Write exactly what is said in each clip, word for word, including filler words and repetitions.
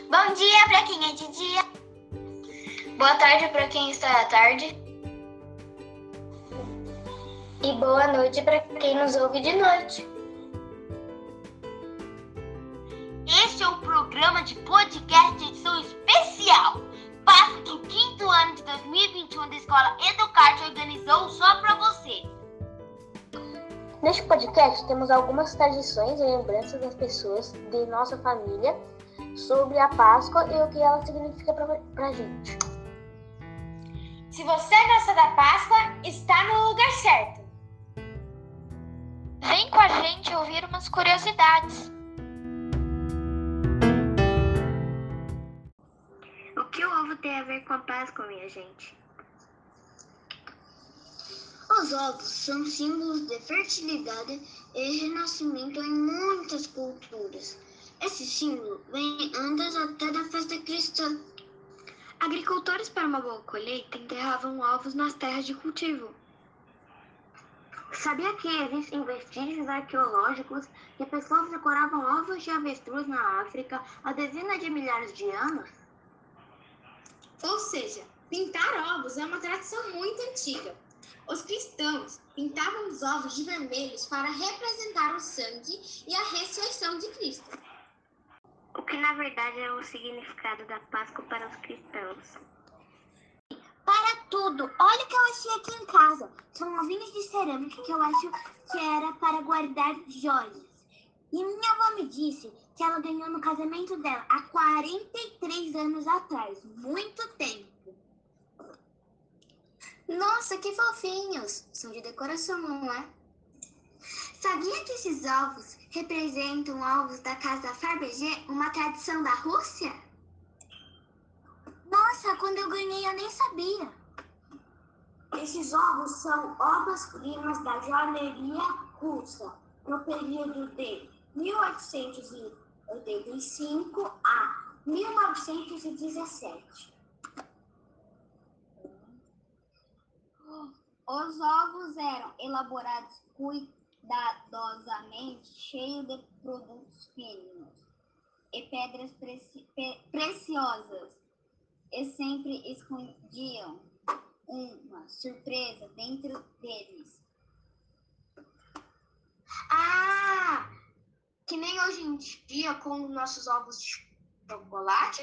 Bom dia para quem é de dia. Boa tarde para quem está à tarde. E boa noite para quem nos ouve de noite. Este é o programa de podcast edição especial. Páscoa que o quinto ano de dois mil e vinte e um da Escola Educarte organizou só para você. Neste podcast temos algumas tradições e lembranças das pessoas de nossa família sobre a Páscoa e o que ela significa para a gente. Se você gosta da Páscoa, está no lugar certo. Vem com a gente ouvir umas curiosidades. O que o ovo tem a ver com a Páscoa, minha gente? Os ovos são símbolos de fertilidade e renascimento em muitas culturas. Esse símbolo vem antes até da festa cristã. Agricultores, para uma boa colheita, enterravam ovos nas terras de cultivo. Sabia que existem vestígios arqueológicos de pessoas decoravam ovos de avestruz na África há dezenas de milhares de anos? Ou seja, pintar ovos é uma tradição muito antiga. Os cristãos pintavam os ovos de vermelhos para representar o sangue e a ressurreição de Cristo. O que na verdade é o significado da Páscoa para os cristãos? Para tudo! Olha o que eu achei aqui em casa. São ovinhos de cerâmica que eu acho que era para guardar joias. E minha avó me disse que ela ganhou no casamento dela há quarenta e três anos atrás. Muito tempo. Nossa, que fofinhos! São de decoração, não é? Sabia que esses ovos representam ovos da casa Fabergé, uma tradição da Rússia? Nossa, quando eu ganhei eu nem sabia. Esses ovos são obras-primas da joalheria russa no período de mil oitocentos e oitenta e cinco a mil novecentos e dezessete. Os ovos eram elaborados cuidadosamente, cheios de produtos finos e pedras preci- pe- preciosas, e sempre escondiam uma surpresa dentro deles. Ah, que nem hoje em dia com os nossos ovos de chocolate?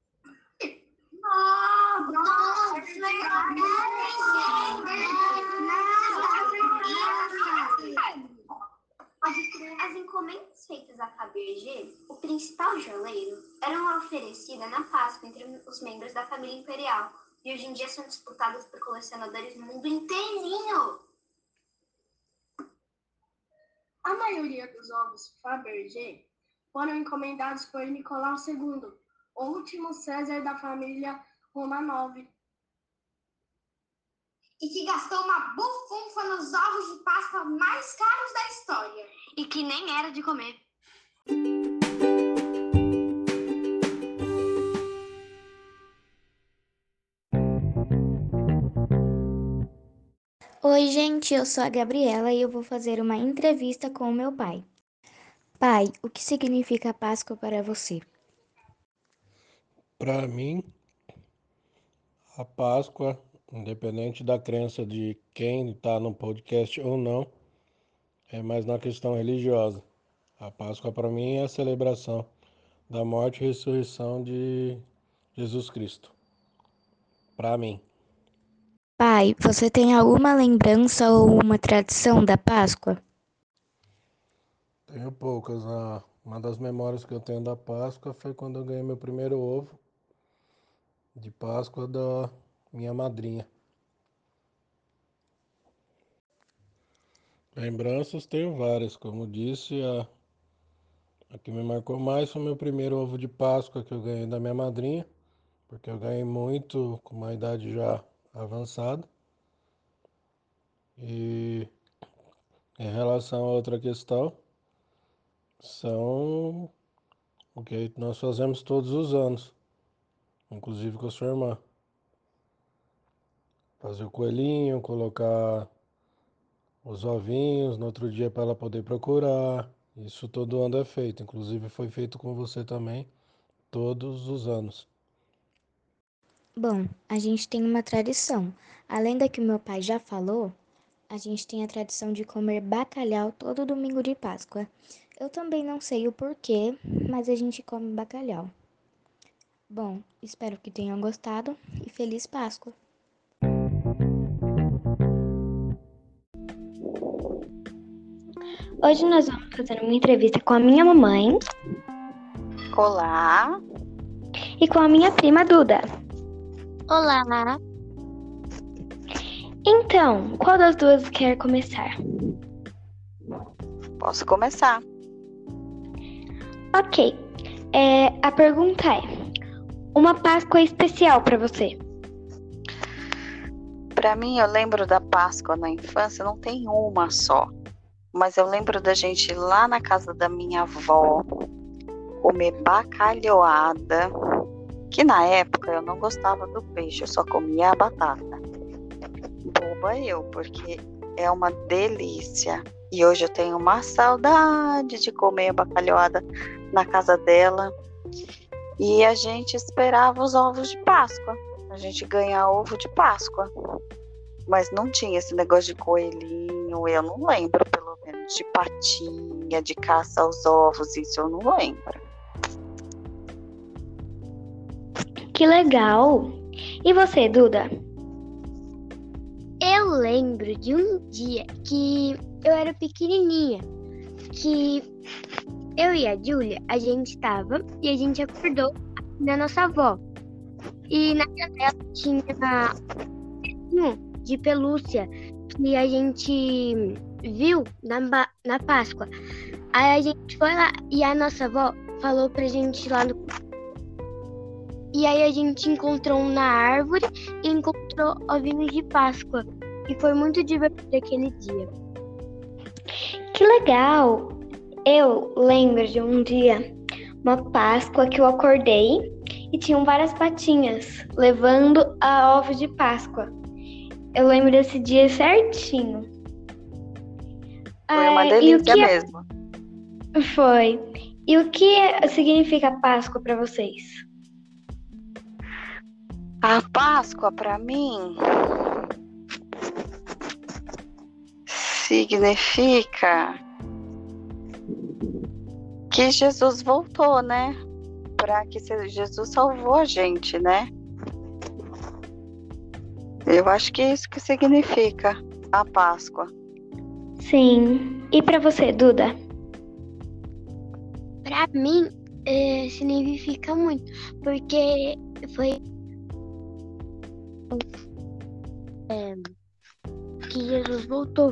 Oh, nossa, que legal! As encomendas feitas a Fabergé, o principal joalheiro, eram oferecidas na Páscoa entre os membros da família imperial e hoje em dia são disputadas por colecionadores no mundo inteirinho. A maioria dos ovos Fabergé foram encomendados por Nicolau segundo, o último César da família Romanov. E que gastou uma bufunfa nos ovos de Páscoa mais caros da história. E que nem era de comer. Oi, gente, eu sou a Gabriela e eu vou fazer uma entrevista com o meu pai. Pai, o que significa Páscoa para você? Para mim, a Páscoa, independente da crença de quem está no podcast ou não, é mais na questão religiosa. A Páscoa para mim é a celebração da morte e ressurreição de Jesus Cristo. Para mim. Pai, você tem alguma lembrança ou uma tradição da Páscoa? Tenho poucas. Ah, uma das memórias que eu tenho da Páscoa foi quando eu ganhei meu primeiro ovo de Páscoa da minha madrinha. Lembranças tenho várias, como disse, a, a que me marcou mais foi meu primeiro ovo de Páscoa que eu ganhei da minha madrinha, porque eu ganhei muito com uma idade já avançada. E em relação a outra questão, são o que nós fazemos todos os anos, inclusive com a sua irmã. Fazer o coelhinho, colocar os ovinhos no outro dia para ela poder procurar. Isso todo ano é feito, inclusive foi feito com você também, todos os anos. Bom, a gente tem uma tradição. Além da que o meu pai já falou, a gente tem a tradição de comer bacalhau todo domingo de Páscoa. Eu também não sei o porquê, mas a gente come bacalhau. Bom, espero que tenham gostado e feliz Páscoa! Hoje nós vamos fazer uma entrevista com a minha mamãe. Olá. E com a minha prima Duda. Olá. Então, qual das duas quer começar? Posso começar. Ok. É, a pergunta é: uma Páscoa especial para você? Para mim, eu lembro da Páscoa na infância, não tem uma só. Mas eu lembro da gente ir lá na casa da minha avó comer bacalhoada, que na época eu não gostava do peixe, eu só comia a batata. Boba eu, porque é uma delícia. E hoje eu tenho uma saudade de comer a bacalhoada na casa dela. E a gente esperava os ovos de Páscoa. A gente ganha ovo de Páscoa. Mas não tinha esse negócio de coelhinho, eu não lembro, pelo menos, de patinha, de caça aos ovos, isso eu não lembro. Que legal! E você, Duda? Eu lembro de um dia que eu era pequenininha, que eu e a Júlia, a gente estava e a gente acordou na nossa avó. E na janela tinha um de pelúcia que a gente viu na, na Páscoa. Aí a gente foi lá e a nossa avó falou pra gente ir lá no... E aí a gente encontrou um na árvore e encontrou ovinhos de Páscoa. E foi muito divertido aquele dia. Que legal! Eu lembro de um dia, uma Páscoa que eu acordei e tinham várias patinhas levando a ovos de Páscoa. Eu lembro desse dia certinho. Foi uma Ah, delícia e o que é- mesmo. Foi. E o que é- significa Páscoa para vocês? A Páscoa, para mim, significa que Jesus voltou, né? Para que Jesus salvou a gente, né? Eu acho que é isso que significa a Páscoa. Sim. E para você, Duda? Pra mim, é, significa muito, porque foi é, que Jesus voltou.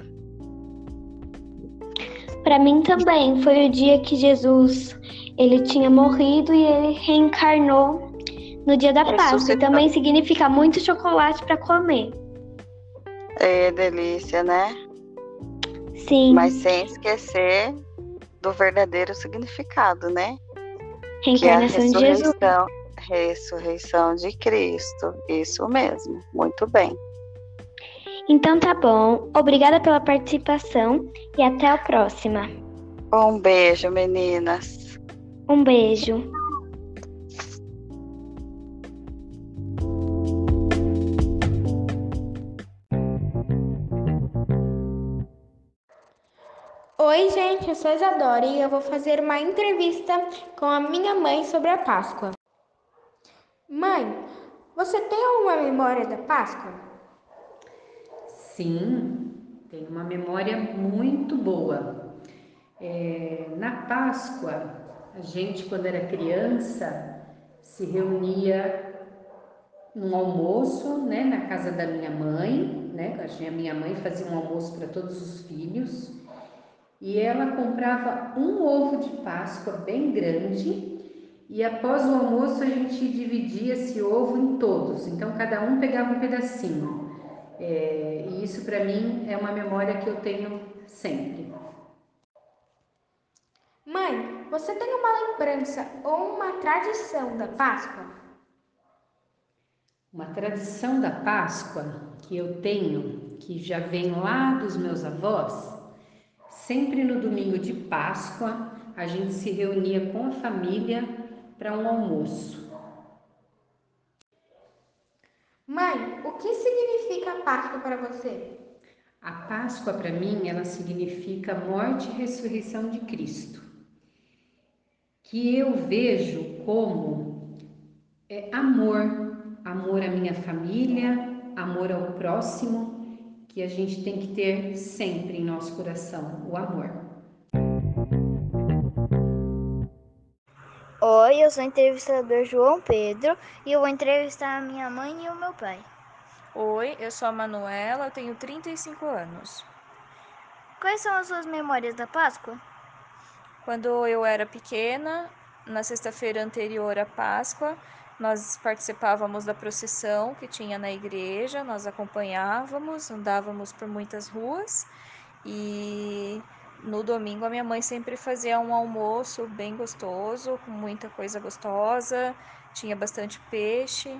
Para mim também foi o dia que Jesus ele tinha morrido e ele reencarnou no dia da Páscoa. E Ressuscitou. também significa muito chocolate para comer. É delícia, né? Sim. Mas sem esquecer do verdadeiro significado, né? Reencarnação que é a de Jesus. ressurreição, ressurreição de Cristo. Isso mesmo. Muito bem. Então tá bom. Obrigada pela participação e até a próxima. Um beijo, meninas. Um beijo. Oi, gente, eu sou a Isadora e eu vou fazer uma entrevista com a minha mãe sobre a Páscoa. Mãe, você tem alguma memória da Páscoa? Sim, tenho uma memória muito boa. É, na Páscoa, a gente, quando era criança, se reunia num almoço, né, na casa da minha mãe, né? A minha mãe fazia um almoço para todos os filhos e ela comprava um ovo de Páscoa bem grande e após o almoço a gente dividia esse ovo em todos, então cada um pegava um pedacinho. É, e isso para mim é uma memória que eu tenho sempre. Mãe, você tem uma lembrança ou uma tradição da Páscoa? Uma tradição da Páscoa que eu tenho, que já vem lá dos meus avós, sempre no domingo de Páscoa a gente se reunia com a família para um almoço. Mãe, o que significa a Páscoa para você? A Páscoa, para mim, ela significa morte e ressurreição de Cristo, que eu vejo como é, amor, amor à minha família, amor ao próximo, que a gente tem que ter sempre em nosso coração, o amor. Oi, eu sou o entrevistador João Pedro e eu vou entrevistar a minha mãe e o meu pai. Oi, eu sou a Manuela, eu tenho trinta e cinco anos. Quais são as suas memórias da Páscoa? Quando eu era pequena, na sexta-feira anterior à Páscoa, nós participávamos da procissão que tinha na igreja, nós acompanhávamos, andávamos por muitas ruas e no domingo a minha mãe sempre fazia um almoço bem gostoso, com muita coisa gostosa, tinha bastante peixe.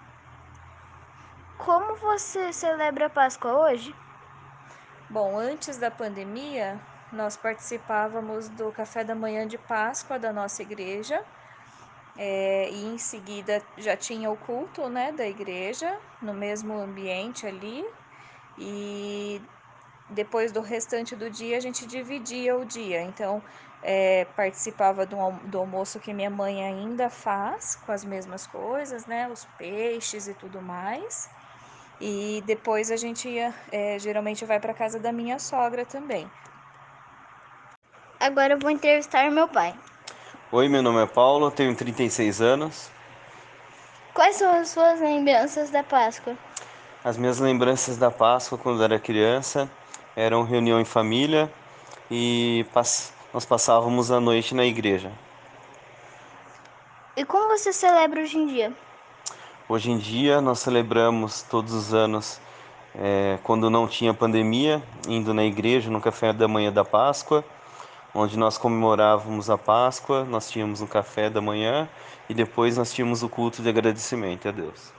Como você celebra a Páscoa hoje? Bom, antes da pandemia, nós participávamos do café da manhã de Páscoa da nossa igreja, é, e em seguida já tinha o culto, né, da igreja, no mesmo ambiente ali, e depois do restante do dia a gente dividia o dia, então é, participava do, do almoço que minha mãe ainda faz, com as mesmas coisas, né, os peixes e tudo mais. E depois a gente ia, é, geralmente vai para casa da minha sogra também. Agora eu vou entrevistar meu pai. Oi, meu nome é Paulo, tenho trinta e seis anos. Quais são as suas lembranças da Páscoa? As minhas lembranças da Páscoa quando era criança eram reunião em família e pass- nós passávamos a noite na igreja. E como você celebra hoje em dia? Hoje em dia nós celebramos todos os anos, é, quando não tinha pandemia, indo na igreja no café da manhã da Páscoa, onde nós comemorávamos a Páscoa, nós tínhamos um café da manhã e depois nós tínhamos o culto de agradecimento a Deus.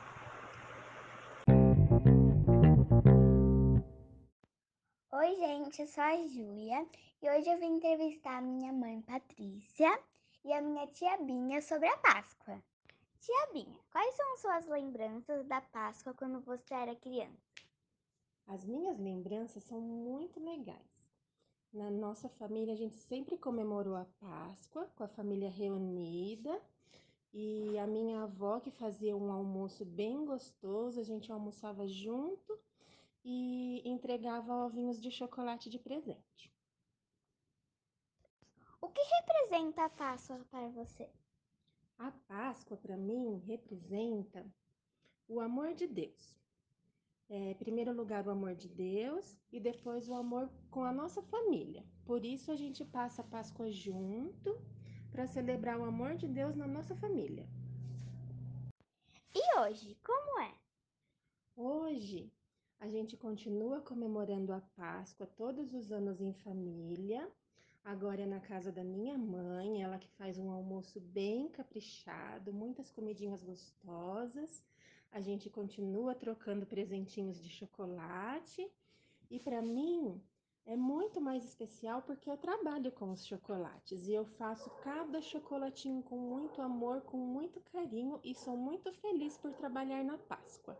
Oi, gente, eu sou a Júlia e hoje eu vim entrevistar a minha mãe Patrícia e a minha tia Binha sobre a Páscoa. Tia Binha, quais são suas lembranças da Páscoa quando você era criança? As minhas lembranças são muito legais. Na nossa família, a gente sempre comemorou a Páscoa com a família reunida e a minha avó que fazia um almoço bem gostoso, a gente almoçava junto e entregava ovinhos de chocolate de presente. O que representa a Páscoa para você? A Páscoa, para mim, representa o amor de Deus. É, em primeiro lugar, o amor de Deus e depois o amor com a nossa família. Por isso, a gente passa a Páscoa junto para celebrar o amor de Deus na nossa família. E hoje, como é? Hoje, a gente continua comemorando a Páscoa todos os anos em família. Agora é na casa da minha mãe, ela que faz um almoço bem caprichado, muitas comidinhas gostosas. A gente continua trocando presentinhos de chocolate. E para mim é muito mais especial porque eu trabalho com os chocolates e eu faço cada chocolatinho com muito amor, com muito carinho e sou muito feliz por trabalhar na Páscoa.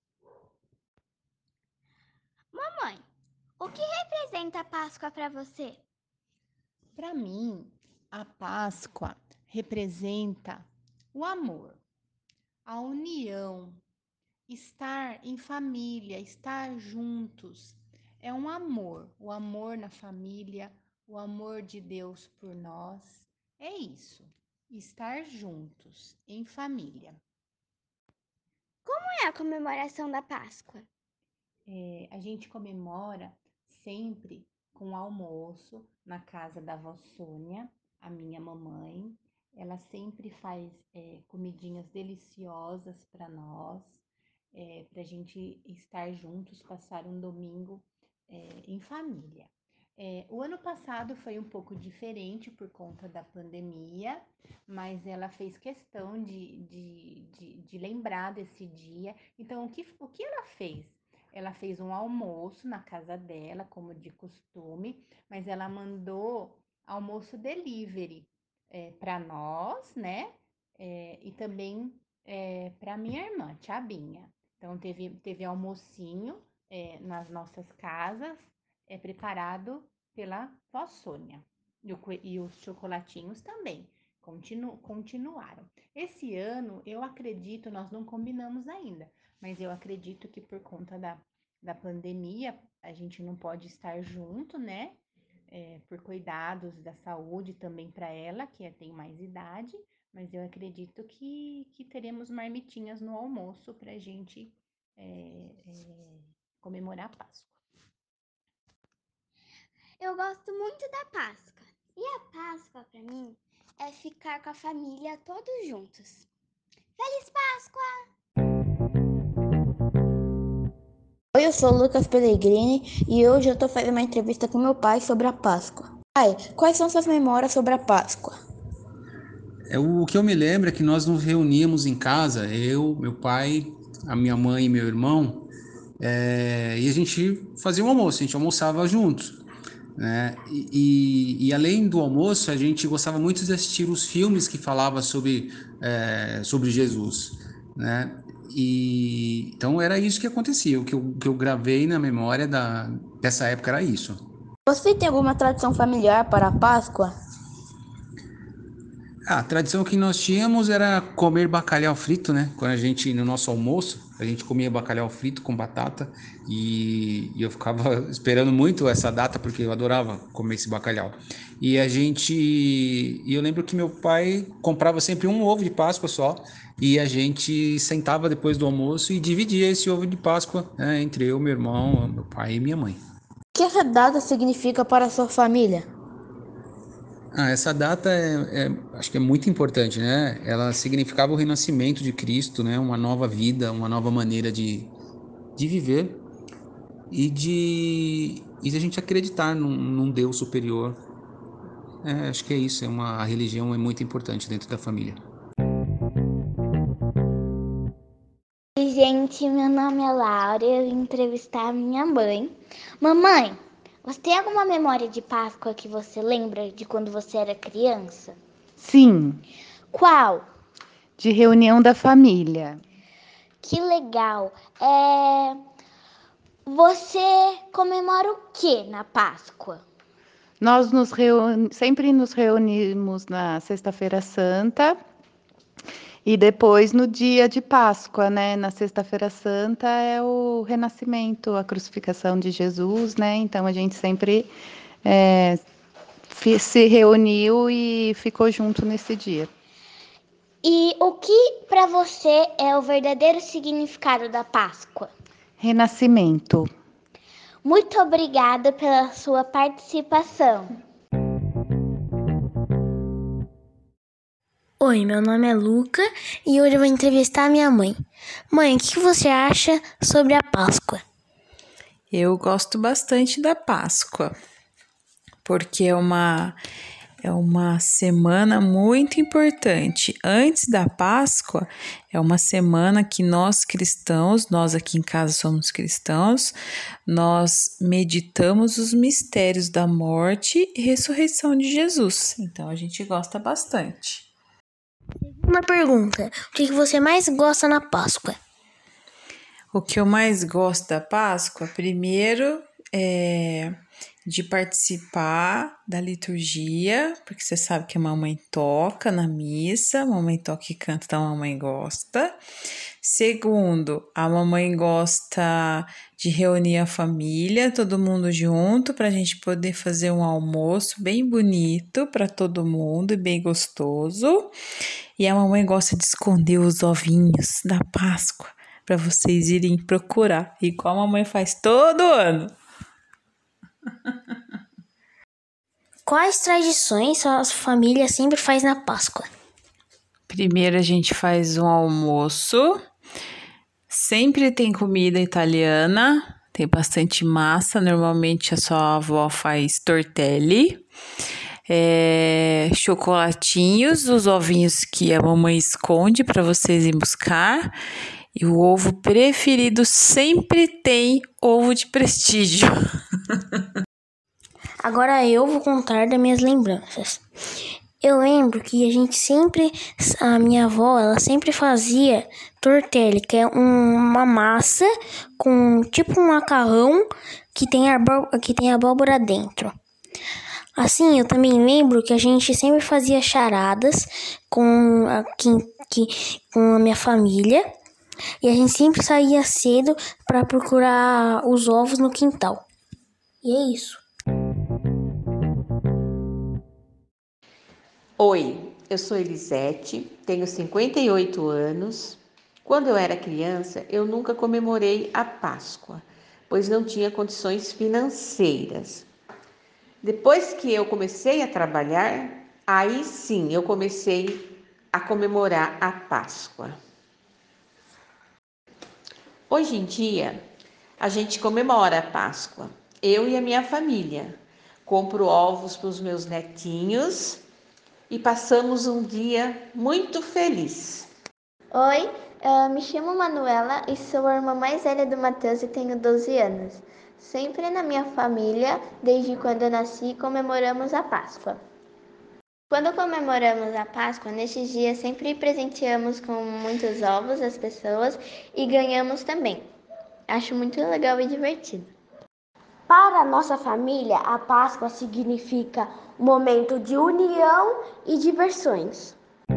Mamãe, o que representa a Páscoa para você? Para mim, a Páscoa representa o amor, a união, estar em família, estar juntos. É um amor, o amor na família, o amor de Deus por nós. É isso, estar juntos, em família. Como é a comemoração da Páscoa? É, a gente comemora sempre com almoço na casa da avó Sônia, a minha mamãe. Ela sempre faz é, comidinhas deliciosas para nós, é, para a gente estar juntos, passar um domingo é, em família. É, o ano passado foi um pouco diferente por conta da pandemia, mas ela fez questão de, de, de, de lembrar desse dia. Então, o que, o que ela fez? Ela fez um almoço na casa dela, como de costume, mas ela mandou almoço delivery. é, para nós, né? É, e também é, para minha irmã, Tia Binha. Então, teve, teve almocinho é, nas nossas casas, é, preparado pela vó Sônia. E, o, e os chocolatinhos também continu, continuaram. Esse ano, eu acredito, nós não combinamos ainda, mas eu acredito que por conta da, da pandemia, a gente não pode estar junto, né? É, por cuidados da saúde também para ela, que tem mais idade, mas eu acredito que, que teremos marmitinhas no almoço para a gente é, é, comemorar a Páscoa. Eu gosto muito da Páscoa. E a Páscoa, para mim, é ficar com a família todos juntos. Feliz Páscoa! Oi, eu sou o Lucas Pellegrini e hoje eu tô fazendo uma entrevista com meu pai sobre a Páscoa. Pai, quais são suas memórias sobre a Páscoa? É, o que eu me lembro é que nós nos reuníamos em casa, eu, meu pai, a minha mãe e meu irmão, é, e a gente fazia um almoço, a gente almoçava juntos, né? E, e, e além do almoço, a gente gostava muito de assistir os filmes que falavam sobre, é, sobre Jesus, né? E, então era isso que acontecia, o que eu, que eu gravei na memória da, dessa época era isso. Você tem alguma tradição familiar para a Páscoa? Ah, a tradição que nós tínhamos era comer bacalhau frito, né? Quando a gente, no nosso almoço, a gente comia bacalhau frito com batata e, e eu ficava esperando muito essa data porque eu adorava comer esse bacalhau. E a gente, e eu lembro que meu pai comprava sempre um ovo de Páscoa só e a gente sentava depois do almoço e dividia esse ovo de Páscoa, né, entre eu, meu irmão, meu pai e minha mãe. O que essa data significa para a sua família? Ah, essa data é, é, acho que é muito importante, né? Ela significava o renascimento de Cristo, né? Uma nova vida, uma nova maneira de, de viver e de, e de a gente acreditar num, num Deus superior. É, acho que é isso, é uma, a religião é muito importante dentro da família. Oi, gente, meu nome é Laura e eu vim entrevistar a minha mãe. Mamãe, você tem alguma memória de Páscoa que você lembra de quando você era criança? Sim. Qual? De reunião da família. Que legal. É... Você comemora o que na Páscoa? Nós nos reuni... sempre nos reunimos na Sexta-feira Santa e depois no dia de Páscoa, né? Na Sexta-feira Santa é o renascimento, a crucificação de Jesus, né? Então a gente sempre é, se reuniu e ficou junto nesse dia. E o que para você é o verdadeiro significado da Páscoa? Renascimento. Muito obrigada pela sua participação. Oi, meu nome é Luca e hoje eu vou entrevistar a minha mãe. Mãe, o que você acha sobre a Páscoa? Eu gosto bastante da Páscoa, porque é uma, é uma semana muito importante. Antes da Páscoa, é uma semana que nós cristãos, nós aqui em casa somos cristãos, nós meditamos os mistérios da morte e ressurreição de Jesus. Então, a gente gosta bastante. Uma pergunta, o que você mais gosta na Páscoa? O que eu mais gosto da Páscoa, primeiro, é de participar da liturgia, porque você sabe que a mamãe toca na missa, a mamãe toca e canta, então a mamãe gosta. Segundo, a mamãe gosta de reunir a família, todo mundo junto, para a gente poder fazer um almoço bem bonito para todo mundo e bem gostoso. E a mamãe gosta de esconder os ovinhos da Páscoa para vocês irem procurar, igual a mamãe faz todo ano. Quais tradições a sua família sempre faz na Páscoa? Primeiro a gente faz um almoço, sempre tem comida italiana, tem bastante massa, normalmente a sua avó faz tortelli, é, chocolatinhos, os ovinhos que a mamãe esconde para vocês irem buscar, e o ovo preferido sempre tem ovo de prestígio. Agora eu vou contar das minhas lembranças. Eu lembro que a gente sempre, a minha avó, ela sempre fazia tortelli, que é uma massa com tipo um macarrão que tem, abó- que tem abóbora dentro. Assim, eu também lembro que a gente sempre fazia charadas com a, que, que, com a minha família e a gente sempre saía cedo para procurar os ovos no quintal. E é isso. Oi, eu sou Elisete, tenho cinquenta e oito anos. Quando eu era criança, eu nunca comemorei a Páscoa, pois não tinha condições financeiras. Depois que eu comecei a trabalhar, aí sim eu comecei a comemorar a Páscoa. Hoje em dia, a gente comemora a Páscoa, eu e a minha família. Compro ovos para os meus netinhos e passamos um dia muito feliz. Oi, eu me chamo Manuela e sou a irmã mais velha do Matheus e tenho doze anos. Sempre na minha família, desde quando eu nasci, comemoramos a Páscoa. Quando comemoramos a Páscoa, nesses dias sempre presenteamos com muitos ovos as pessoas e ganhamos também. Acho muito legal e divertido. Para a nossa família, a Páscoa significa um momento de união e diversões.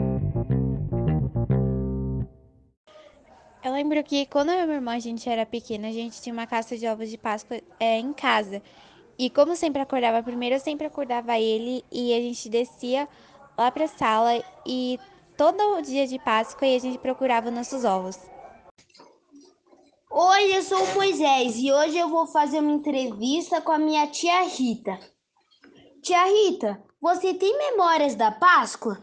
Eu lembro que quando eu e meu irmão a gente era pequena, a gente tinha uma caça de ovos de Páscoa é, em casa. E como sempre acordava primeiro, eu sempre acordava ele e a gente descia lá pra sala e todo o dia de Páscoa e a gente procurava nossos ovos. Oi, eu sou o Moisés e hoje eu vou fazer uma entrevista com a minha tia Rita. Tia Rita, você tem memórias da Páscoa?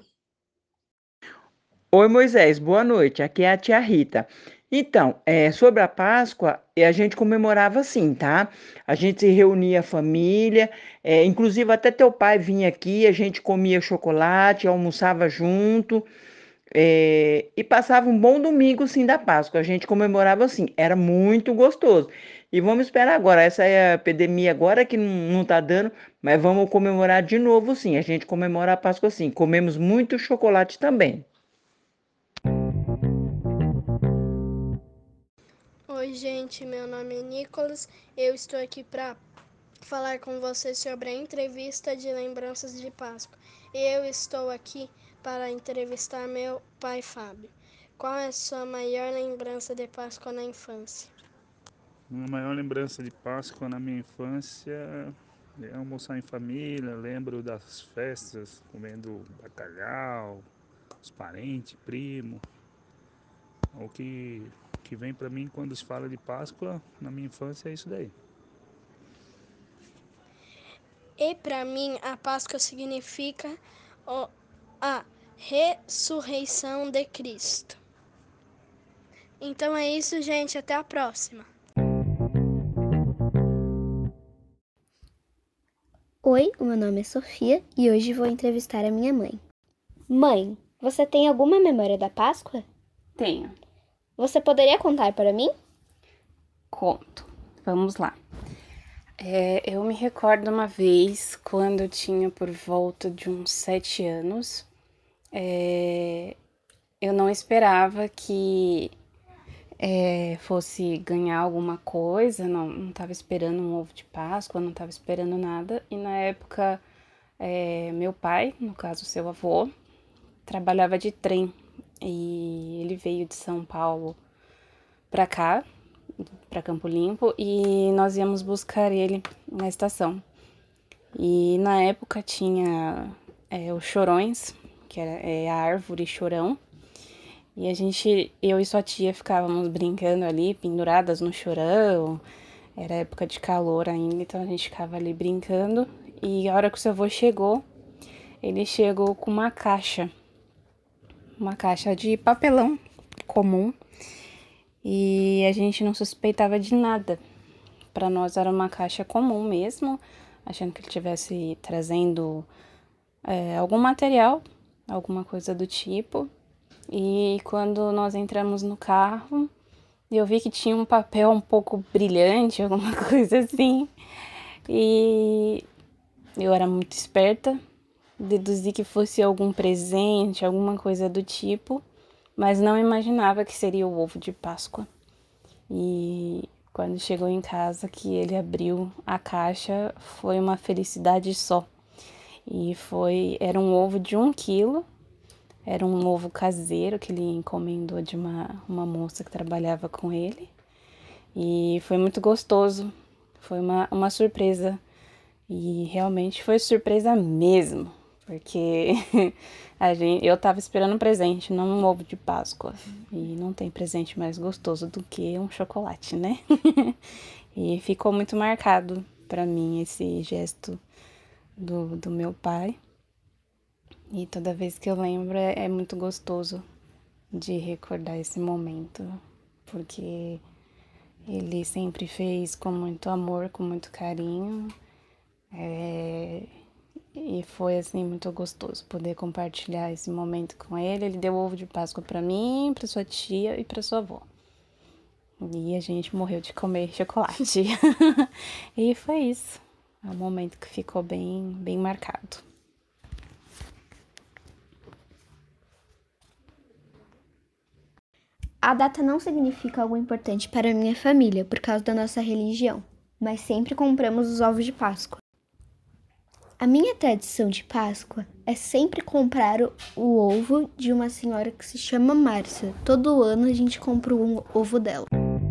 Oi, Moisés, boa noite. Aqui é a tia Rita. Então, é, sobre a Páscoa, eh, a gente comemorava assim, tá? A gente se reunia a família, é, inclusive até teu pai vinha aqui, a gente comia chocolate, almoçava junto, é, e passava um bom domingo, sim, da Páscoa. A gente comemorava assim, era muito gostoso. E vamos esperar agora, essa é a epidemia agora que não, não tá dando, mas vamos comemorar de novo, sim. A gente comemora a Páscoa assim, comemos muito chocolate também. Oi, gente, meu nome é Nicolas. Eu estou aqui para falar com vocês sobre a entrevista de lembranças de Páscoa. Eu estou aqui para entrevistar meu pai Fábio. Qual é a sua maior lembrança de Páscoa na infância? Minha maior lembrança de Páscoa na minha infância é almoçar em família. Lembro das festas, comendo bacalhau, os parentes, primo. O que, que vem para mim quando se fala de Páscoa na minha infância é isso daí. E para mim, a Páscoa significa o, a ressurreição de Cristo. Então é isso, gente. Até a próxima. Oi, o meu nome é Sofia e hoje vou entrevistar a minha mãe. Mãe, você tem alguma memória da Páscoa? Tenho. Você poderia contar para mim? Conto. Vamos lá. É, eu me recordo uma vez, quando eu tinha por volta de uns sete anos, é, eu não esperava que é, fosse ganhar alguma coisa, não, não tava esperando um ovo de Páscoa, não tava esperando nada. E na época, é, meu pai, no caso seu avô, trabalhava de trem e ele veio de São Paulo pra cá, para Campo Limpo, e nós íamos buscar ele na estação. E na época tinha é, os chorões, que era é, a árvore chorão, e a gente, eu e sua tia ficávamos brincando ali, penduradas no chorão. Era época de calor ainda, então a gente ficava ali brincando. E a hora que o seu avô chegou, ele chegou com uma caixa, uma caixa de papelão comum, e a gente não suspeitava de nada. Para nós era uma caixa comum mesmo, achando que ele estivesse trazendo é, algum material, alguma coisa do tipo. E quando nós entramos no carro, eu vi que tinha um papel um pouco brilhante, alguma coisa assim. E eu era muito esperta, deduzi que fosse algum presente, alguma coisa do tipo, mas não imaginava que seria o ovo de Páscoa. E quando chegou em casa, que ele abriu a caixa, foi uma felicidade só. E foi, era um ovo de um quilo, era um ovo caseiro que ele encomendou de uma, uma moça que trabalhava com ele. E foi muito gostoso, foi uma, uma surpresa. E realmente foi surpresa mesmo, porque a gente, eu tava esperando um presente, não um ovo de Páscoa. E não tem presente mais gostoso do que um chocolate, né? E ficou muito marcado para mim esse gesto do, do meu pai. E toda vez que eu lembro é, é muito gostoso de recordar esse momento, porque ele sempre fez com muito amor, com muito carinho. É, e foi assim muito gostoso poder compartilhar esse momento com ele. Ele deu ovo de Páscoa para mim, para sua tia e para sua avó. E a gente morreu de comer chocolate. E foi isso. É um momento que ficou bem, bem marcado. A data não significa algo importante para a minha família por causa da nossa religião, mas sempre compramos os ovos de Páscoa. A minha tradição de Páscoa é sempre comprar o, o ovo de uma senhora que se chama Márcia. Todo ano a gente compra um ovo dela.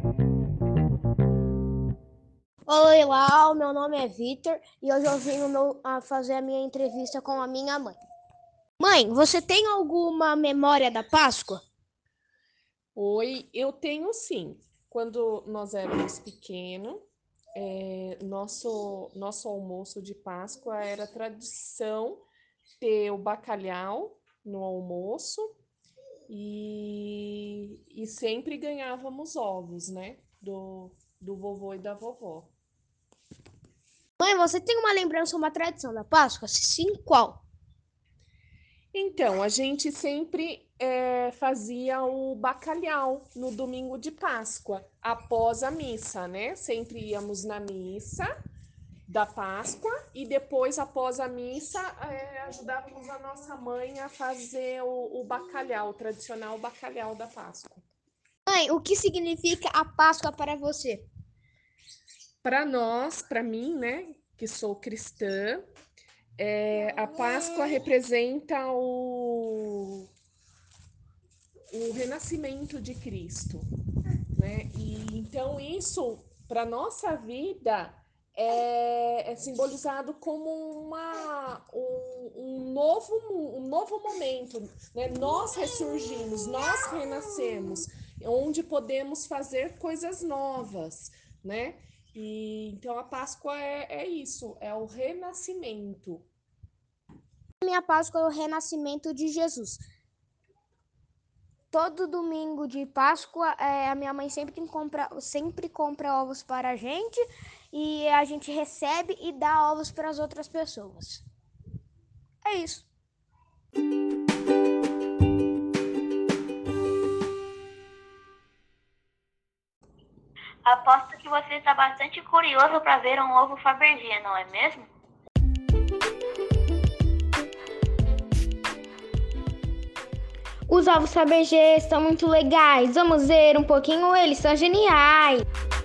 Oi lá, meu nome é Vitor e hoje eu vim meu, a fazer a minha entrevista com a minha mãe. Mãe, você tem alguma memória da Páscoa? Oi, eu tenho sim. Quando nós éramos pequenos, É, nosso, nosso almoço de Páscoa era tradição ter o bacalhau no almoço e, e sempre ganhávamos ovos, né? Do, do vovô e da vovó. Mãe, você tem uma lembrança, uma tradição da Páscoa? Se sim, qual? Então, a gente sempre é, fazia o bacalhau no domingo de Páscoa, após a missa, né? Sempre íamos na missa da Páscoa e depois, após a missa, é, ajudávamos a nossa mãe a fazer o, o bacalhau, o tradicional bacalhau da Páscoa. Mãe, o que significa a Páscoa para você? Para nós, para mim, né, que sou cristã, É, a Páscoa representa o, o renascimento de Cristo, né? E então isso para nossa vida é, é simbolizado como uma, um, um, novo, um novo momento, né? Nós ressurgimos, nós renascemos, onde podemos fazer coisas novas, né? E então a Páscoa é, é isso, é o renascimento. Minha Páscoa é o renascimento de Jesus. Todo domingo de Páscoa, é, a minha mãe sempre compra, sempre compra ovos para a gente e a gente recebe e dá ovos para as outras pessoas. É isso. Aposto que você está bastante curioso para ver um ovo Fabergé, não é mesmo? Os ovos Fabergé são muito legais. Vamos ver um pouquinho, eles são geniais.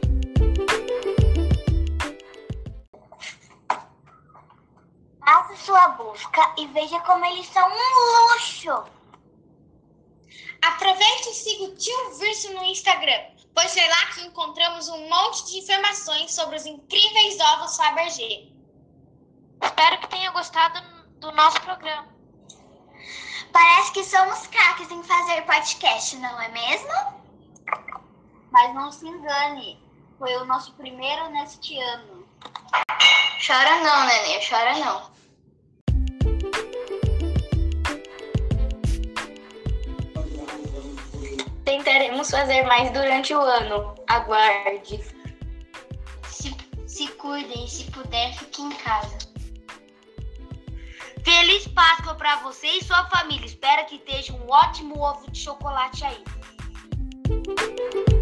Faça sua busca e veja como eles são um luxo. Aproveite e siga o Tio Virso no Instagram, pois é lá que encontramos um monte de informações sobre os incríveis ovos Fabergé. Espero que tenha gostado do nosso programa. Parece que somos craques em fazer podcast, não é mesmo? Mas não se engane, foi o nosso primeiro neste ano. Chora não, neném, chora não. Tentaremos fazer mais durante o ano. Aguarde. Se, se cuidem e se puder, fique em casa. Feliz Páscoa para você e sua família. Espero que esteja um ótimo ovo de chocolate aí.